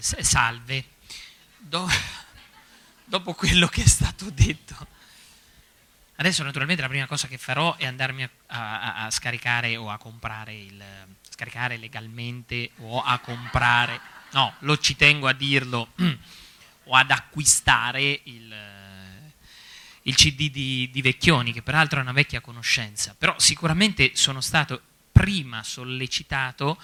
Salve. Dopo quello che è stato detto, adesso naturalmente la prima cosa che farò è andarmi a scaricare o a comprare scaricare legalmente o a comprare, no, ci tengo a dirlo, o ad acquistare il CD di Vecchioni, che peraltro è una vecchia conoscenza, però sicuramente sono stato prima sollecitato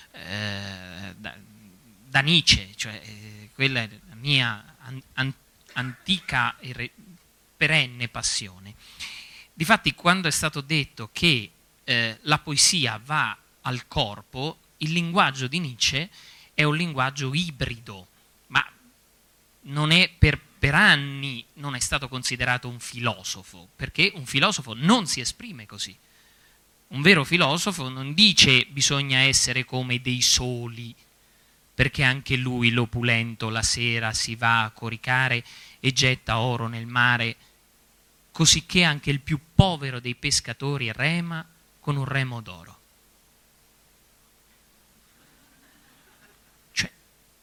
da Nietzsche, cioè quella è la mia antica e perenne passione. Difatti, quando è stato detto che la poesia va al corpo, il linguaggio di Nietzsche è un linguaggio ibrido, ma non è per anni non è stato considerato un filosofo, perché un filosofo non si esprime così. Un vero filosofo non dice bisogna essere come dei soli, perché anche lui, l'opulento, la sera si va a coricare e getta oro nel mare, cosicché anche il più povero dei pescatori rema con un remo d'oro. Cioè,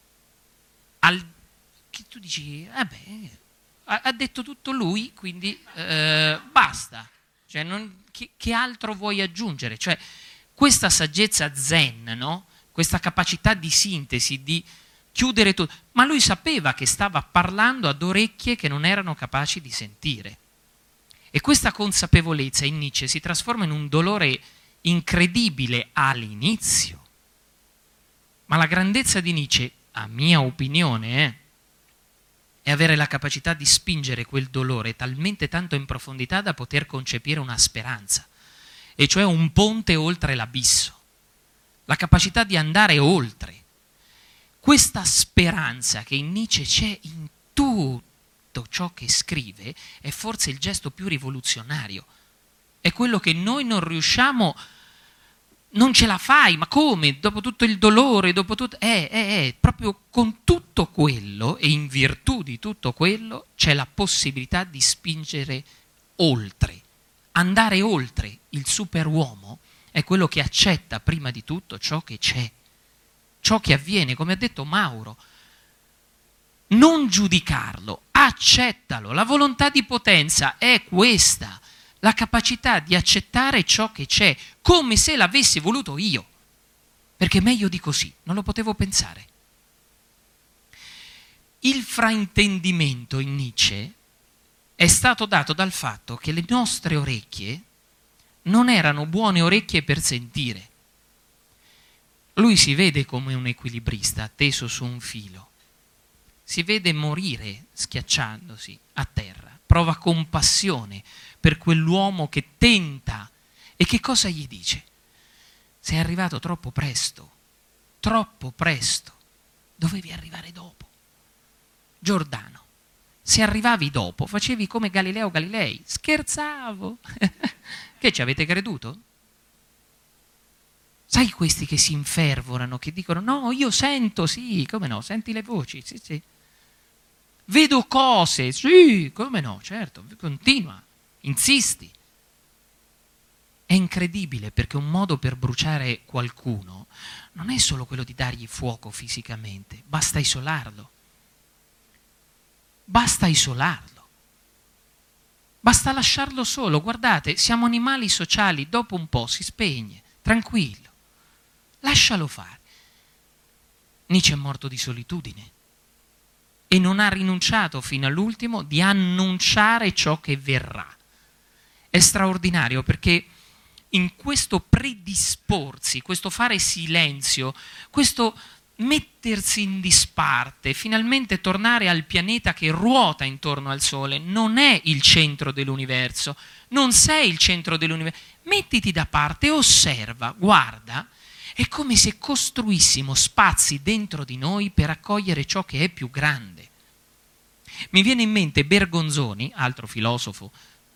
che tu dici, vabbè, ha detto tutto lui, quindi basta. Cioè, che altro vuoi aggiungere? Cioè, questa saggezza zen, no? Questa capacità di sintesi, di chiudere tutto. Ma lui sapeva che stava parlando ad orecchie che non erano capaci di sentire. E questa consapevolezza in Nietzsche si trasforma in un dolore incredibile all'inizio. Ma la grandezza di Nietzsche, a mia opinione, è avere la capacità di spingere quel dolore talmente tanto in profondità da poter concepire una speranza, e cioè un ponte oltre l'abisso. La capacità di andare oltre. Questa speranza che in Nietzsche c'è in tutto ciò che scrive è forse il gesto più rivoluzionario. È quello che noi non riusciamo, non ce la fai, ma come? Dopo tutto il dolore, dopo tutto... proprio con tutto quello e in virtù di tutto quello c'è la possibilità di spingere oltre, andare oltre. Il superuomo è quello che accetta prima di tutto ciò che c'è, ciò che avviene, come ha detto Mauro. Non giudicarlo, accettalo. La volontà di potenza è questa, la capacità di accettare ciò che c'è, come se l'avessi voluto io, perché meglio di così non lo potevo pensare. Il fraintendimento in Nietzsche è stato dato dal fatto che le nostre orecchie non erano buone orecchie per sentire. Lui si vede come un equilibrista teso su un filo, si vede morire schiacciandosi a terra, prova compassione per quell'uomo che tenta, e che cosa gli dice? Sei arrivato troppo presto, dovevi arrivare dopo. Giordano, se arrivavi dopo facevi come Galileo Galilei, scherzavo. Che ci avete creduto? Sai questi che si infervorano, che dicono no, io sento, sì, come no, senti le voci, sì, sì. Vedo cose, sì, come no, certo, continua, insisti. È incredibile, perché un modo per bruciare qualcuno non è solo quello di dargli fuoco fisicamente, basta isolarlo. Basta isolarlo. Basta lasciarlo solo. Guardate, siamo animali sociali, dopo un po' si spegne, tranquillo. Lascialo fare. Nietzsche è morto di solitudine e non ha rinunciato fino all'ultimo di annunciare ciò che verrà. È straordinario, perché in questo predisporsi, questo fare silenzio, questo mettersi in disparte, finalmente tornare al pianeta che ruota intorno al Sole, non è il centro dell'universo, non sei il centro dell'universo, mettiti da parte, osserva, guarda, è come se costruissimo spazi dentro di noi per accogliere ciò che è più grande. Mi viene in mente Bergonzoni, altro filosofo,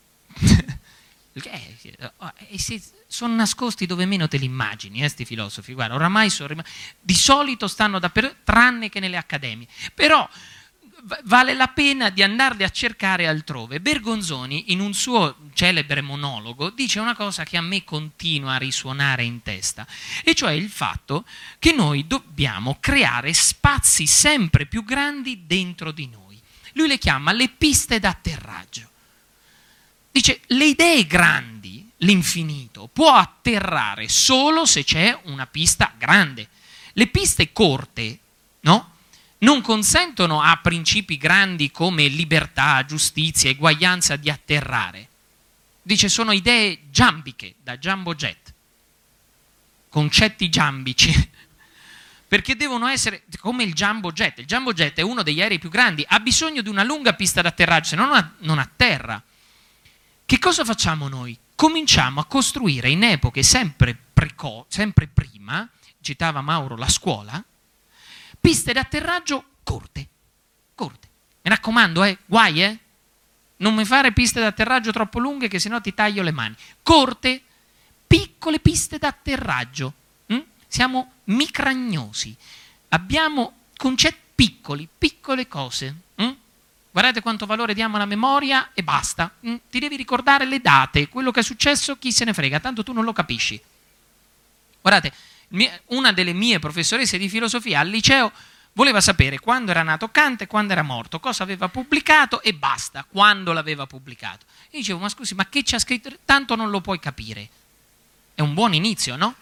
sono nascosti dove meno te li immagini, sti filosofi, guarda, oramai di solito stanno dappertutto, tranne che nelle accademie, però vale la pena di andarli a cercare altrove. Bergonzoni, in un suo celebre monologo, dice una cosa che a me continua a risuonare in testa, e cioè il fatto che noi dobbiamo creare spazi sempre più grandi dentro di noi. Lui le chiama le piste d'atterraggio. Dice, le idee grandi, l'infinito, può atterrare solo se c'è una pista grande. Le piste corte, no? Non consentono a principi grandi come libertà, giustizia, eguaglianza di atterrare. Dice, sono idee giambiche, da jumbo jet, concetti giambici, perché devono essere come il jumbo jet. Il jumbo jet è uno degli aerei più grandi, ha bisogno di una lunga pista d'atterraggio, se no non atterra. Che cosa facciamo noi? Cominciamo a costruire in epoche sempre prima, citava Mauro la scuola, piste d'atterraggio corte. Mi raccomando, guai, non mi fare piste d'atterraggio troppo lunghe che sennò ti taglio le mani. Corte, piccole piste d'atterraggio. Siamo micragnosi. Abbiamo concetti piccoli, piccole cose. Guardate quanto valore diamo alla memoria e basta. Ti devi ricordare le date, quello che è successo, chi se ne frega, tanto tu non lo capisci. Guardate, una delle mie professoresse di filosofia al liceo voleva sapere quando era nato Kant e quando era morto, cosa aveva pubblicato e basta, quando l'aveva pubblicato. Io dicevo, ma scusi, ma che c'ha scritto? Tanto non lo puoi capire. È un buon inizio, no?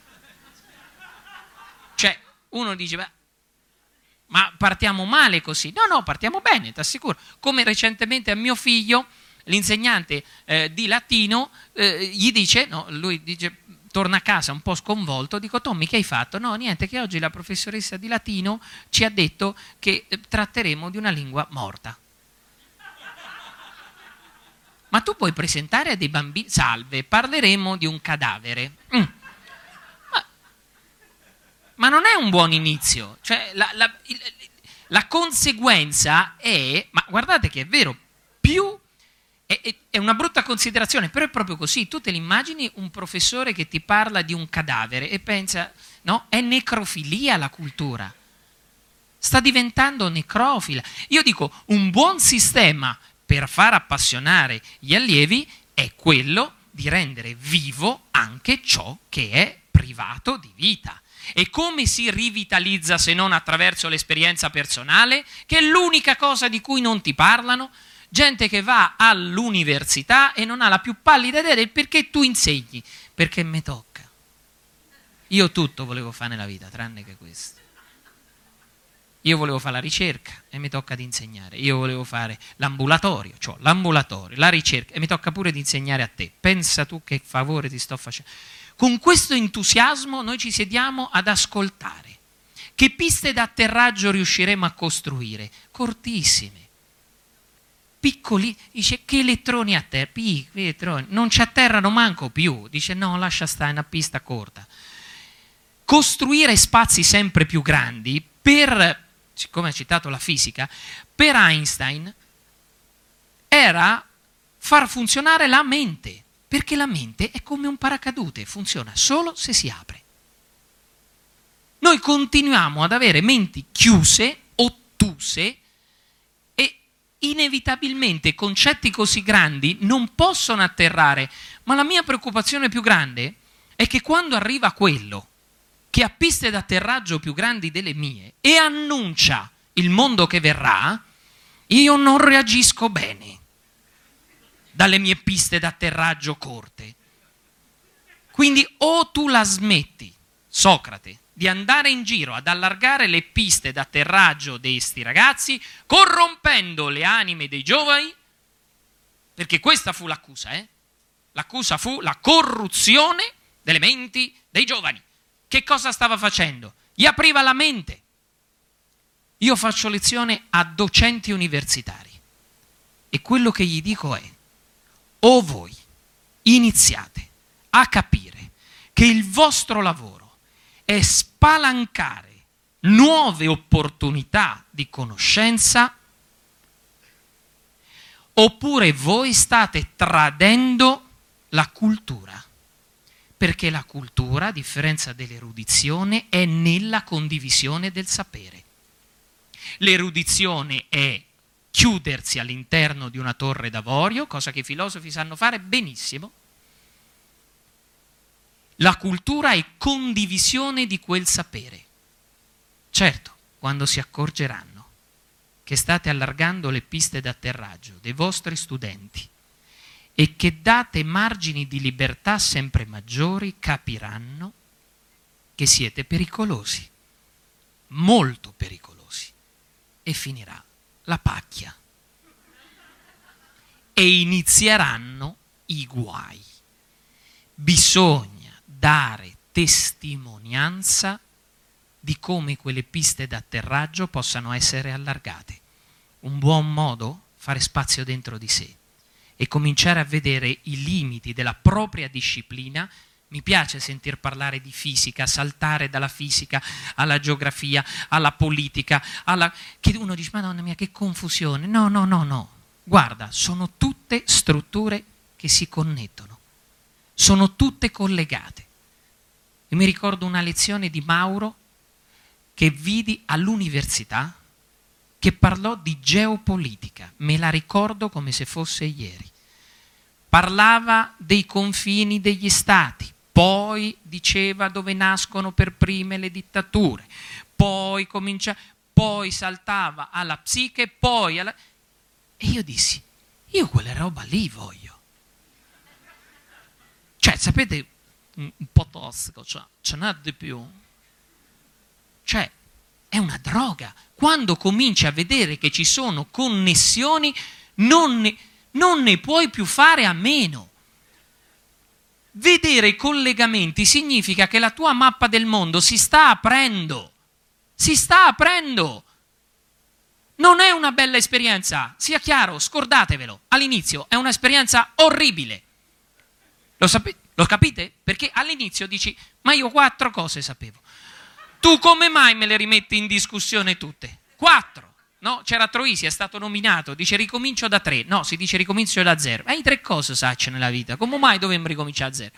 Cioè, uno dice, beh, ma partiamo male così? No, partiamo bene, ti assicuro. Come recentemente a mio figlio, l'insegnante di latino gli dice, no, lui dice, torna a casa un po' sconvolto, dico, Tommy, che hai fatto? No, niente, che oggi la professoressa di latino ci ha detto che tratteremo di una lingua morta. Ma tu puoi presentare a dei bambini, salve, parleremo di un cadavere. Ma non è un buon inizio. Cioè, la conseguenza è, ma guardate che è vero, più è una brutta considerazione, però è proprio così. Tu te l'immagini un professore che ti parla di un cadavere e pensa, no, è necrofilia la cultura. Sta diventando necrofila. Io dico, un buon sistema per far appassionare gli allievi è quello di rendere vivo anche ciò che è privato di vita. E come si rivitalizza se non attraverso l'esperienza personale, che è l'unica cosa di cui non ti parlano? Gente che va all'università e non ha la più pallida idea del perché tu insegni. Perché mi tocca. Io tutto volevo fare nella vita, tranne che questo. Io volevo fare la ricerca e mi tocca di insegnare. Io volevo fare l'ambulatorio, cioè l'ambulatorio, la ricerca, e mi tocca pure di insegnare a te. Pensa tu che favore ti sto facendo. Con questo entusiasmo noi ci sediamo ad ascoltare. Che piste d'atterraggio riusciremo a costruire? Cortissime. Piccoli, dice, che elettroni atterrano? Piccoli elettroni, non ci atterrano manco più. Dice, no, lascia stare, è una pista corta. Costruire spazi sempre più grandi, siccome ha citato la fisica, per Einstein era far funzionare la mente. Perché la mente è come un paracadute, funziona solo se si apre. Noi continuiamo ad avere menti chiuse, ottuse, e inevitabilmente concetti così grandi non possono atterrare. Ma la mia preoccupazione più grande è che quando arriva quello che ha piste d'atterraggio più grandi delle mie e annuncia il mondo che verrà, io non reagisco bene dalle mie piste d'atterraggio corte. Quindi o tu la smetti, Socrate, di andare in giro ad allargare le piste d'atterraggio di sti ragazzi, corrompendo le anime dei giovani, perché questa fu l'accusa, L'accusa fu la corruzione delle menti dei giovani. Che cosa stava facendo? Gli apriva la mente. Io faccio lezione a docenti universitari e quello che gli dico è: o voi iniziate a capire che il vostro lavoro è spalancare nuove opportunità di conoscenza, oppure voi state tradendo la cultura, perché la cultura, a differenza dell'erudizione, è nella condivisione del sapere. L'erudizione è chiudersi all'interno di una torre d'avorio, cosa che i filosofi sanno fare benissimo. La cultura è condivisione di quel sapere. Certo, quando si accorgeranno che state allargando le piste d'atterraggio dei vostri studenti e che date margini di libertà sempre maggiori, capiranno che siete pericolosi, molto pericolosi, e finirà la pacchia. E inizieranno i guai. Bisogna dare testimonianza di come quelle piste d'atterraggio possano essere allargate. Un buon modo? Fare spazio dentro di sé e cominciare a vedere i limiti della propria disciplina. Mi piace sentir parlare di fisica, saltare dalla fisica alla geografia, alla politica, che uno dice, Madonna mia, che confusione. No. Guarda, sono tutte strutture che si connettono, sono tutte collegate. Io mi ricordo una lezione di Mauro che vidi all'università, che parlò di geopolitica, me la ricordo come se fosse ieri. Parlava dei confini degli stati, poi diceva dove nascono per prime le dittature, poi saltava alla psiche, poi alla... E io dissi, io quella roba lì voglio. Cioè, sapete, un po' tossico, cioè, ce n'è di più. Cioè, è una droga. Quando cominci a vedere che ci sono connessioni, non ne puoi più fare a meno. Vedere collegamenti significa che la tua mappa del mondo si sta aprendo. Si sta aprendo. Non è una bella esperienza, sia chiaro, scordatevelo. All'inizio è un'esperienza orribile. Lo capite? Perché all'inizio dici, ma io 4 cose sapevo. Tu come mai me le rimetti in discussione tutte? 4. No? C'era Troisi, è stato nominato, dice ricomincio da 3. No, si dice ricomincio da 0. Hai 3 cose sacce nella vita, come mai dovremmo ricominciare da 0?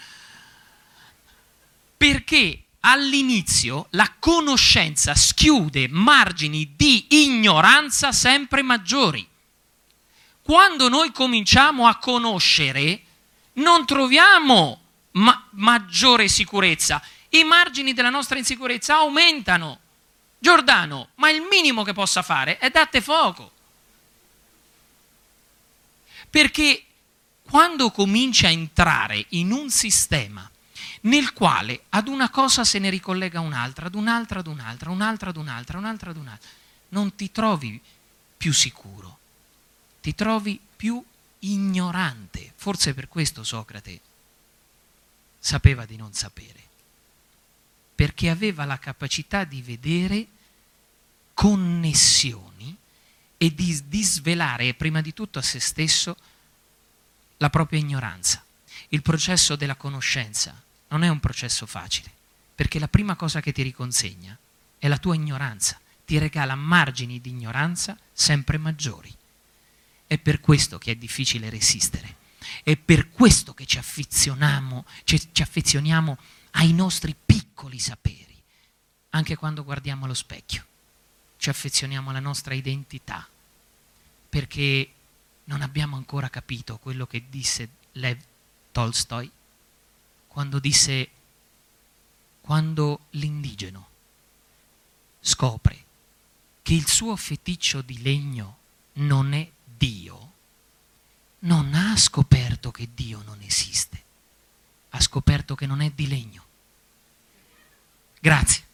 Perché all'inizio la conoscenza schiude margini di ignoranza sempre maggiori. Quando noi cominciamo a conoscere, non troviamo maggiore sicurezza. I margini della nostra insicurezza aumentano. Giordano, ma il minimo che possa fare è date fuoco. Perché quando cominci a entrare in un sistema nel quale ad una cosa se ne ricollega un'altra, ad un'altra, ad un'altra, un'altra, ad un'altra, un'altra, ad un'altra, non ti trovi più sicuro, ti trovi più ignorante. Forse per questo Socrate sapeva di non sapere, perché aveva la capacità di vedere connessioni e di svelare prima di tutto a se stesso la propria ignoranza. Il processo della conoscenza non è un processo facile, perché la prima cosa che ti riconsegna è la tua ignoranza, ti regala margini di ignoranza sempre maggiori. È per questo che è difficile resistere, è per questo che ci affezioniamo ai nostri piccoli saperi, anche quando guardiamo allo specchio. Ci affezioniamo alla nostra identità, perché non abbiamo ancora capito quello che disse Lev Tolstoi, quando disse: quando l'indigeno scopre che il suo feticcio di legno non è Dio, non ha scoperto che Dio non esiste, ha scoperto che non è di legno. Grazie.